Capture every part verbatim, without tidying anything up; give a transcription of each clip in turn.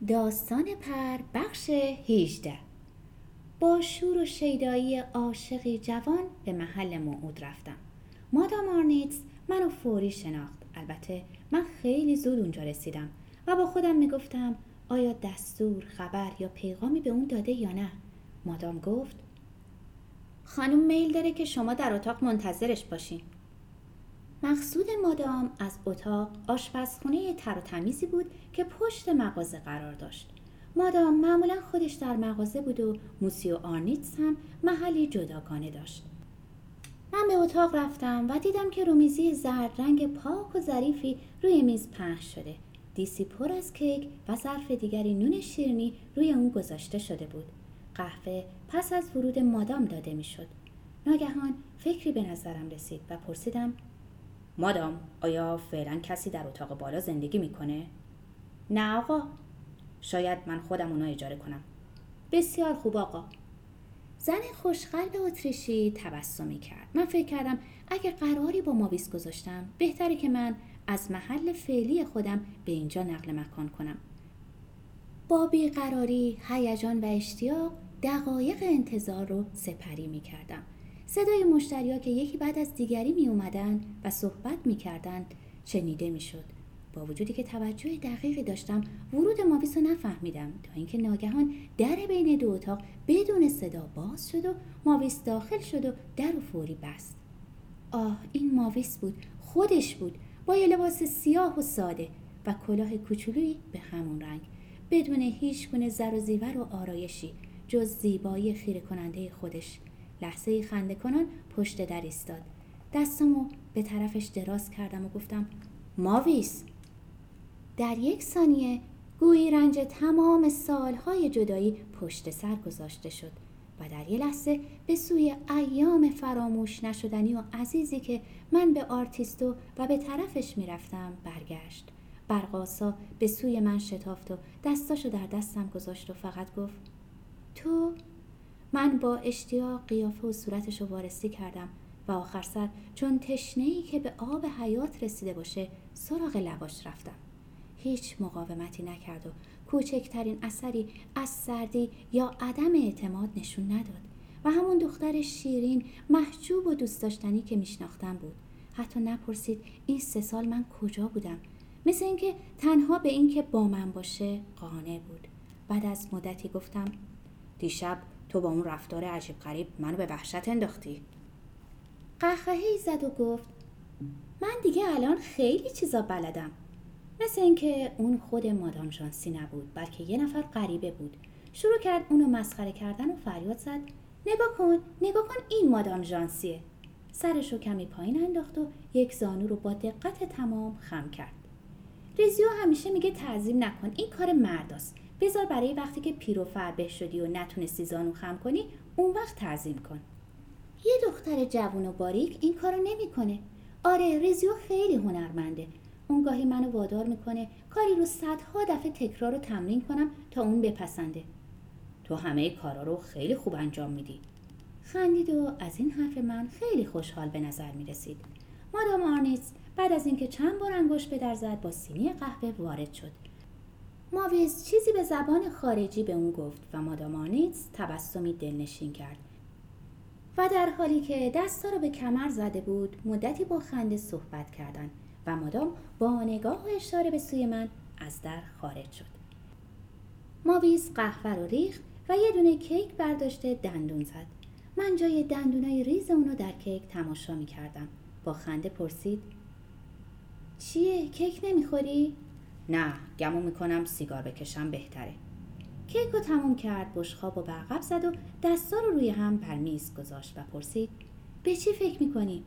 داستان پر بخش هجده. با شور و شیدایی عاشقی جوان به محل موعود رفتم. مادام آرنیتز منو فوری شناخت. البته من خیلی زود اونجا رسیدم و با خودم میگفتم آیا دستور، خبر یا پیغامی به اون داده یا نه. مادام گفت خانم میل داره که شما در اتاق منتظرش باشین. مقصود مادام از اتاق آشپزخونه تر و تمیزی بود که پشت مغازه قرار داشت. مادام معمولا خودش در مغازه بود و موسیو آرنیتز هم محلی جداگانه داشت. من به اتاق رفتم و دیدم که رومیزی زرد رنگ پاک و ظریفی روی میز پهن شده. دیسی پر از کیک و ظرف دیگری نون شیرینی روی اون گذاشته شده بود. قهوه پس از ورود مادام داده میشد. ناگهان فکری به نظرم رسید و پرسیدم مادام، آیا فعلا کسی در اتاق بالا زندگی میکنه؟ نه آقا. شاید من خودم اونو اجاره کنم. بسیار خوب آقا. زن خوشقلب اتریشی تبسمی کرد. من فکر کردم اگه قراری با ماویس گذاشتم بهتره که من از محل فعلی خودم به اینجا نقل مکان کنم. با بیقراری، هیجان و اشتیاق دقایق انتظار رو سپری میکردم. صدای مشتری‌ها که یکی بعد از دیگری می اومدن و صحبت می کردن شنیده می شد. با وجودی که توجه دقیقی داشتم ورود ماویس رو نفهمیدم تا اینکه ناگهان در بین دو اتاق بدون صدا باز شد و ماویس داخل شد و در و فوری بست. آه، این ماویس بود، خودش بود، با یه لباس سیاه و ساده و کلاه کوچولویی به همون رنگ، بدون هیچ گونه زر و زیور و آرایشی جز زیبایی خیره کننده خودش. لحظه خنده کنان پشت در ایستاد. دستمو به طرفش دراز کردم و گفتم ماویس. در یک ثانیه گویی رنج تمام سالهای جدایی پشت سر گذاشته شد و در یک لحظه به سوی ایام فراموش نشدنی و عزیزی که من به آرتیستو و به طرفش میرفتم برگشت. برقاسا به سوی من شتافت و دستاشو در دستم گذاشت و فقط گفت تو؟ من با اشتیاق قیافه و صورتش رو وارسی کردم و آخر سر چون تشنه‌ای که به آب حیات رسیده باشه سراغ لباش رفتم. هیچ مقاومتی نکرد و کوچکترین اثری از سردی یا عدم اعتماد نشون نداد و همون دختر شیرین، محجوب و دوست داشتنی که میشناختم بود. حتی نپرسید این سه سال من کجا بودم. مثل اینکه تنها به این که با من باشه قانع بود. بعد از مدتی گفتم دیشب تو با اون رفتار عجیب غریب منو به وحشت انداختی. قهقهه‌ای زد و گفت من دیگه الان خیلی چیزا بلدم. مثل اینکه اون خود مادام ژانسی نبود بلکه یه نفر غریبه بود. شروع کرد اونو مسخره کردن و فریاد زد نگاه کن، نگاه کن این مادام ژانسیه. سرشو کمی پایین انداخت و یک زانو رو با دقت تمام خم کرد. ریزیو همیشه میگه تعظیم نکن، این کار مرداست. بذار برای وقتی که پیر و فربه شدی و نتونستی زانو خم کنی اون وقت تعظیم کن. یه دختر جوون و باریک این کارو نمیکنه. آره، ریزیو خیلی هنرمنده. اون گاهی منو وادار میکنه کاری رو صدها دفعه تکرار و تمرین کنم تا اون بپسنده. تو همه کارا رو خیلی خوب انجام میدی. خندید و از این حرف من خیلی خوشحال به نظر میرسید. مادام آرنیتز بعد از اینکه چند بار انگشت به در زد با سینی قهوه وارد شد. ماویس چیزی به زبان خارجی به اون گفت و مادام آرنیتز تبسمی دلنشین کرد و در حالی که دستا رو به کمر زده بود مدتی با خنده صحبت کردند و مادام با نگاه و اشاره به سوی من از در خارج شد. ماویس قهوه رو ریخت و یه دونه کیک برداشته دندون زد. من جای دندونای ریز اونو در کیک تماشا می کردم. با خنده پرسید چیه؟ کیک نمیخوری؟ نه، گمون میکنم سیگار بکشم بهتره. کیک رو تموم کرد، بشقاب و برقب زد و دستا رو روی هم بر میز گذاشت و پرسید به چی فکر میکنی؟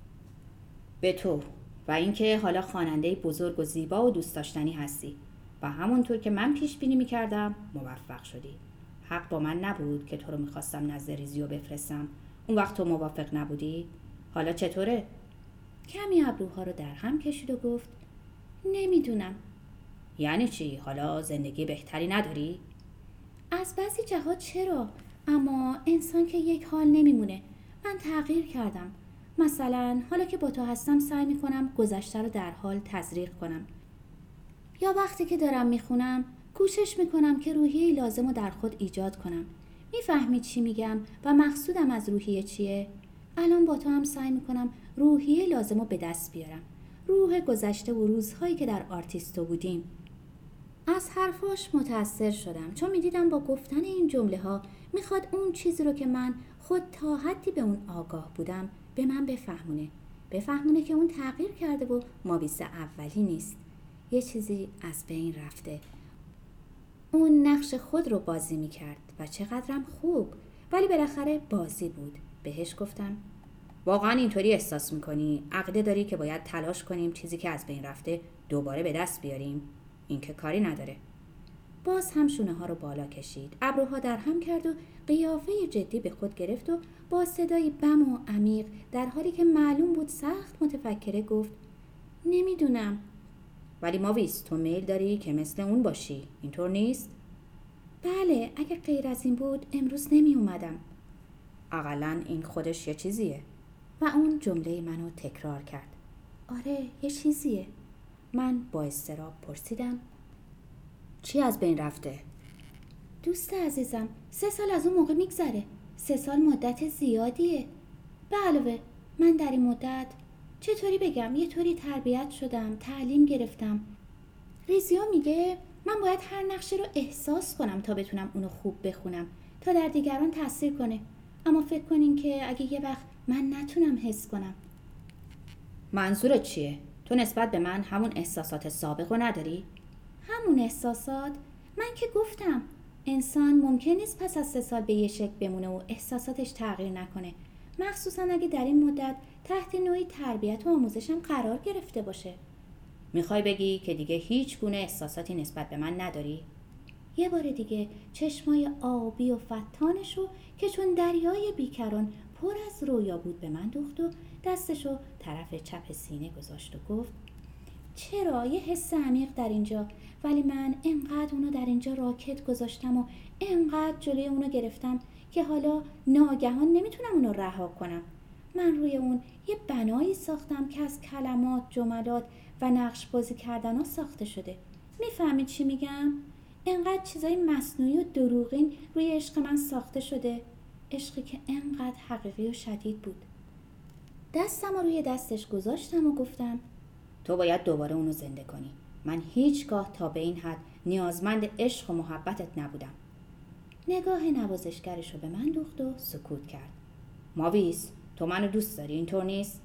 به تو و اینکه حالا خواننده بزرگ و زیبا و دوست داشتنی هستی و همونطور که من پیش بینی میکردم موفق شدی. حق با من نبود که تو رو میخواستم نزد ریزیو بفرستم. اون وقت تو موافق نبودی؟ حالا چطوره؟ کمی ابروها رو در هم کشید و گفت نمیدونم. یعنی چی؟ حالا زندگی بهتری نداری؟ از بعضی جهات چرا؟ اما انسان که یک حال نمیمونه. من تغییر کردم. مثلا حالا که با تو هستم سعی میکنم گذشته رو در حال تزریق کنم. یا وقتی که دارم میخونم کوشش میکنم که روحیه لازم رو در خود ایجاد کنم. میفهمی چی میگم و مقصودم از روحیه چیه؟ الان با تو هم سعی میکنم روحیه لازم رو به دست بیارم. روح گذشته و روزهایی که در آرتیستو بودیم. از حرفاش متأثر شدم چون میدیدم با گفتن این جمله ها میخواد اون چیزی رو که من خود تا حدی به اون آگاه بودم به من بفهمونه. بفهمونه که اون تغییر کرده و ماویس اولی نیست. یه چیزی از بین رفته. اون نقش خود رو بازی میکرد و چقدرم خوب، ولی بالاخره بازی بود. بهش گفتم واقعا اینطوری احساس میکنی؟ عقیده داری که باید تلاش کنیم چیزی که از بین رفته دوباره به دست بیاریم؟ این که کاری نداره. باز هم شونه ها رو بالا کشید، ابروها در هم کرد و قیافه جدی به خود گرفت و با صدای بم و عمیق در حالی که معلوم بود سخت متفکره گفت نمیدونم. ولی ماویس تو میل داری که مثل اون باشی، اینطور نیست؟ بله، اگه غیر از این بود امروز نمی اومدم. اقلن این خودش یه چیزیه. و اون جمله منو تکرار کرد. آره یه چیزیه. من با اضطراب پرسیدم چی از بین رفته؟ دوست عزیزم، سه سال از اون موقع میگذره. سه سال مدت زیادیه. به علاوه من در این مدت چطوری بگم یه طوری تربیت شدم، تعلیم گرفتم. ریزیا میگه من باید هر نقشه رو احساس کنم تا بتونم اونو خوب بخونم، تا در دیگران تأثیر کنه. اما فکر کنین که اگه یه وقت من نتونم حس کنم. منظورت چیه؟ تو نسبت به من همون احساسات سابق رو نداری؟ همون احساسات؟ من که گفتم انسان ممکن نیست پس از سه سال به یه شکل بمونه و احساساتش تغییر نکنه، مخصوصا اگه در این مدت تحت نوعی تربیت و آموزش هم قرار گرفته باشه. میخوای بگی که دیگه هیچ گونه احساساتی نسبت به من نداری؟ یه بار دیگه چشمای آبی و فتانشو که چون دریای بیکران پر از رویا بود به من دوخت و دستشو طرف چپ سینه گذاشت و گفت چرا؟ یه حس عمیق در اینجا، ولی من انقدر اونو در اینجا راکت گذاشتم و انقدر جلوی اونو گرفتم که حالا ناگهان نمیتونم اونو رها کنم. من روی اون یه بنایی ساختم که از کلمات، جملات و نقش بازی کردن ها ساخته شده. میفهمی چی میگم؟ انقدر چیزای مصنوعی و دروغین روی عشق من ساخته شده، عشقی که انقدر حقیقی و شدید بود. دستم رو روی دستش گذاشتم و گفتم تو باید دوباره اونو زنده کنی. من هیچگاه تا به این حد نیازمند عشق و محبتت نبودم. نگاه نوازشگرش رو به من دوخت و سکوت کرد. ماویس، تو منو دوست داری، اینطور نیست؟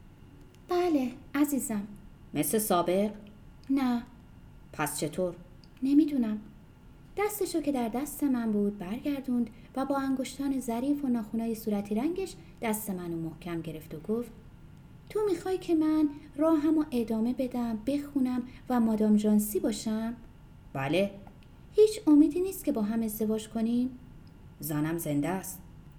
بله عزیزم. مثل سابق؟ نه. پس چطور؟ نمیدونم. دستشو که در دست من بود برگردوند و با انگشتان ظریف و ناخنای صورتی رنگش دست منو محکم گرفت و گفت تو میخوای که من راهمو ادامه بدم، بخونم و مادام ژانسی باشم؟ بله. هیچ امیدی نیست که با هم ازدواج کنیم؟ زنم زنده است.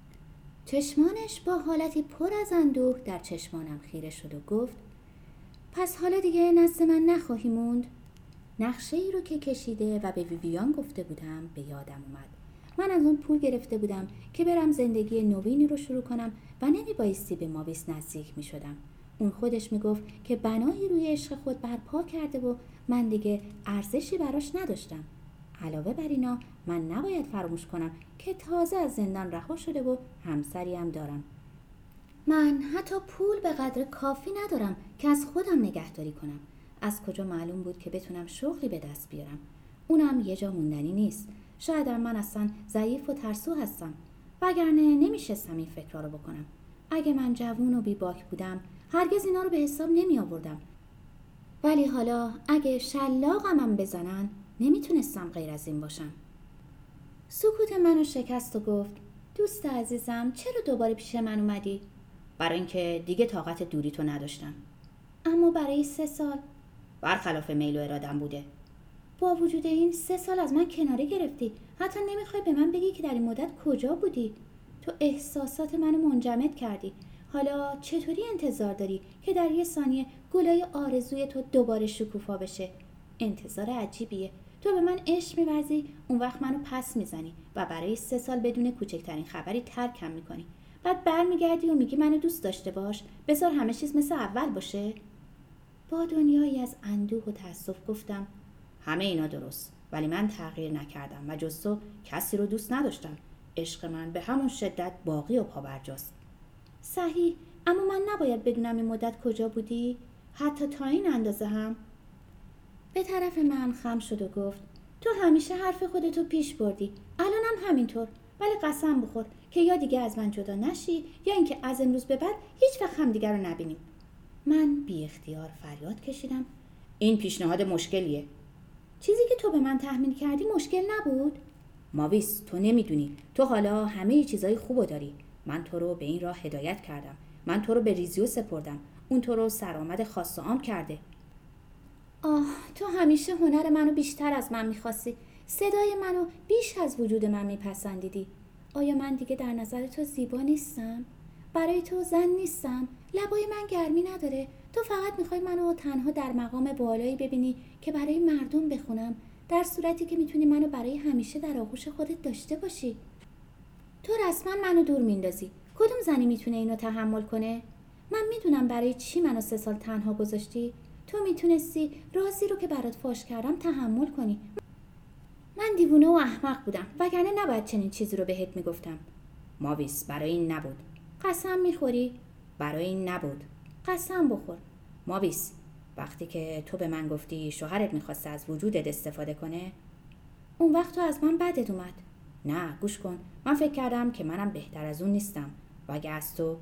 چشمانش با حالتی پر از اندوه در چشمانم خیره شد و گفت پس حالا دیگه نزد من نخواهی موند؟ نقشه ای رو که کشیده و به ویویان گفته بودم به یادم اومد. من از اون پول گرفته بودم که برم زندگی نوینی رو شروع کنم و نمی بایستی به ماویس نزدیک می شدم. اون خودش می گفت که بنایی روی عشق خود برپا کرده و من دیگه ارزشی براش نداشتم. علاوه بر اینا من نباید فراموش کنم که تازه از زندان رها شده و همسری هم دارم. من حتی پول به قدر کافی ندارم که از خودم نگهداری کنم. از کجا معلوم بود که بتونم شغلی به دست بیارم؟ اونم یه جا موندنی نیست. شاید من اصلا ضعیف و ترسو هستم، وگرنه نمیشستم این فکرها رو بکنم. اگه من جوون و بیباک بودم هرگز اینا رو به حساب نمی آوردم. ولی حالا اگه شلاقمم بزنن نمیتونستم غیر از این باشم. سکوت منو شکست و گفت دوست عزیزم چرا دوباره پیش من اومدی؟ برای اینکه دیگه طاقت دوری تو نداشتم. اما برای سه سال برخلاف میل و ارادم بوده. با وجود این سه سال از من کناره گرفتی. حتی نمیخوای به من بگی که در این مدت کجا بودی؟ تو احساسات منو منجمد کردی. حالا چطوری انتظار داری که در یه ثانیه گلای آرزوی تو دوباره شکوفا بشه؟ انتظار عجیبیه. تو به من عشق می‌ورزی، اون وقت منو پس میزنی و برای سه سال بدون کوچکترین خبری ترکم میکنی. بعد برمیگردی و میگی منو دوست داشته باش، بذار همه چیز مثل اول باشه. با دنیایی از اندوه و تأسف گفتم همه اینا درست، ولی من تغییر نکردم و جز تو کسی رو دوست نداشتم. عشق من به همون شدت باقی و پابرجاست. صحیح، اما من نباید بدونم این مدت کجا بودی؟ حتی تا این اندازه هم؟ به طرف من خم شد و گفت تو همیشه حرف خودتو پیش بردی. الانم همینطور. ولی قسم بخور که یا دیگه از من جدا نشی یا اینکه از امروز به بعد هیچ وقت هم دیگر رو نبینیم. من بی اختیار فریاد کشیدم این پیشنهاد مشکلیه. چیزی که تو به من تحمیل کردی مشکل نبود؟ ماویس، تو نمیدونی. تو حالا همه چیزای خوبو داری. من تو رو به این راه هدایت کردم. من تو رو به ریزیو سپردم. اون تو رو سرآمد خاص و عام کرده. آه، تو همیشه هنر منو بیشتر از من میخواستی. صدای منو بیش از وجود من میپسندیدی. آیا من دیگه در نظر تو زیبا نیستم؟ برای تو زن نیستم؟ لبای من گرمی نداره؟ تو فقط میخوای منو تنها در مقام بالایی ببینی که برای مردم بخونم، در صورتی که میتونی منو برای همیشه در آغوش خودت داشته باشی. تو رسما منو دور میندازی. کدوم زنی میتونه اینو تحمل کنه؟ من میدونم برای چی منو سه سال تنها گذاشتی. تو میتونستی رازی رو که برات فاش کردم تحمل کنی. من دیوونه و احمق بودم، وگرنه نباید چنین چیزی رو بهت میگفتم. ماویس، برای این نبود. قسم میخوری؟ برای این نبود. قسم بخور. ماویس، وقتی که تو به من گفتی شوهرت میخواسته از وجودت استفاده کنه، اون وقت تو از من بدت اومد. نه، گوش کن. من فکر کردم که منم بهتر از اون نیستم. و اگه از تو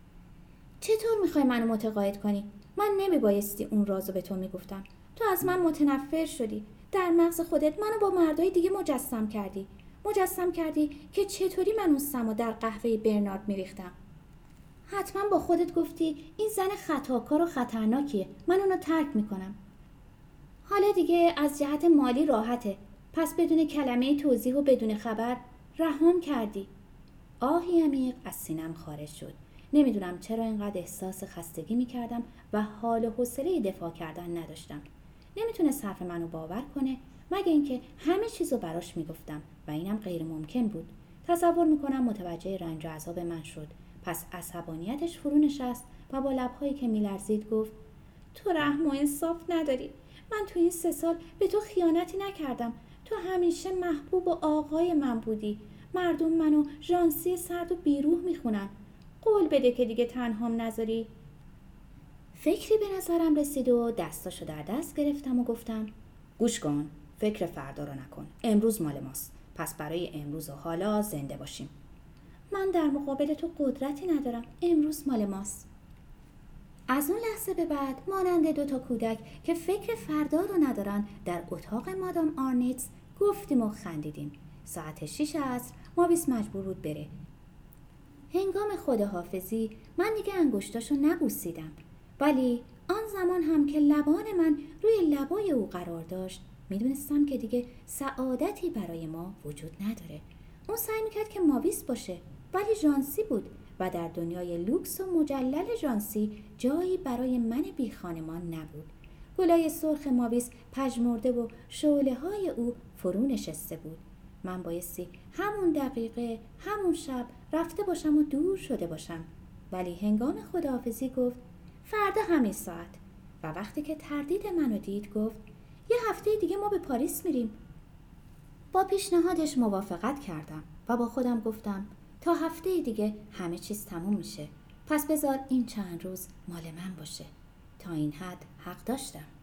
چطور میخوای منو متقاعد کنی؟ من نمیبایستی اون رازو به تو میگفتم. تو از من متنفر شدی. در مغز خودت منو با مردای دیگه مجسم کردی. مجسم کردی که چطوری من اون سمو در قهوه برنارد میریختم. حتما با خودت گفتی این زن خطاکار و خطرناکیه. من اونو ترک میکنم. حالا دیگه از جهت مالی راحته. پس بدون کلمه توضیح و بدون خبر رهام کردی. آهی عمیق از سینم خارج شد. نمیدونم چرا اینقدر احساس خستگی میکردم و حال و حوصله دفاع کردن نداشتم. نمیتونست حرف منو باور کنه مگه اینکه همه چیزو براش میگفتم و اینم غیر ممکن بود. تصور میکنم متوجه رنج و عذاب من شد. پس عصبانیتش فرو نشست و با لبهایی که میلرزید گفت تو رحم و انصاف نداری. من تو این سه سال به تو خیانتی نکردم. تو همیشه محبوب و آقای من بودی. مردم منو ژانسی سرد و بیروح میخونن. قول بده که دیگه تنهام نذاری. فکری به نظرم رسید و دستاشو در دست گرفتم و گفتم گوش کن، فکر فردا رو نکن. امروز مال ماست. پس برای امروز و حالا زنده باشیم. من در مقابل تو قدرتی ندارم. امروز مال ماست. از اون لحظه به بعد مانند دو تا کودک که فکر فردا رو ندارن در اتاق مادام آرنیتز گفتیم و خندیدیم. ساعت شیش عصر ماویس مجبور بود بره. هنگام خداحافظی من دیگه انگشتاشو نبوسیدم، ولی آن زمان هم که لبان من روی لبای او قرار داشت میدونستم که دیگه سعادتی برای ما وجود نداره. اون سعی میکرد که ماویس باشه، ولی ژانسی بود و در دنیای لوکس و مجلل ژانسی جایی برای من بی خانمان نبود. گلای سرخ ماویس پژمرده و شعله های او فرو نشسته بود. من بایستی همون دقیقه، همون شب رفته باشم و دور شده باشم، ولی هنگام خداحافظی گفت فردا همین ساعت. و وقتی که تردید منو دید گفت یه هفته دیگه ما به پاریس میریم. با پیشنهادش موافقت کردم و با خودم گفتم تا هفته دیگه همه چیز تموم میشه. پس بذار این چند روز مال من باشه. تا این حد حق داشتم.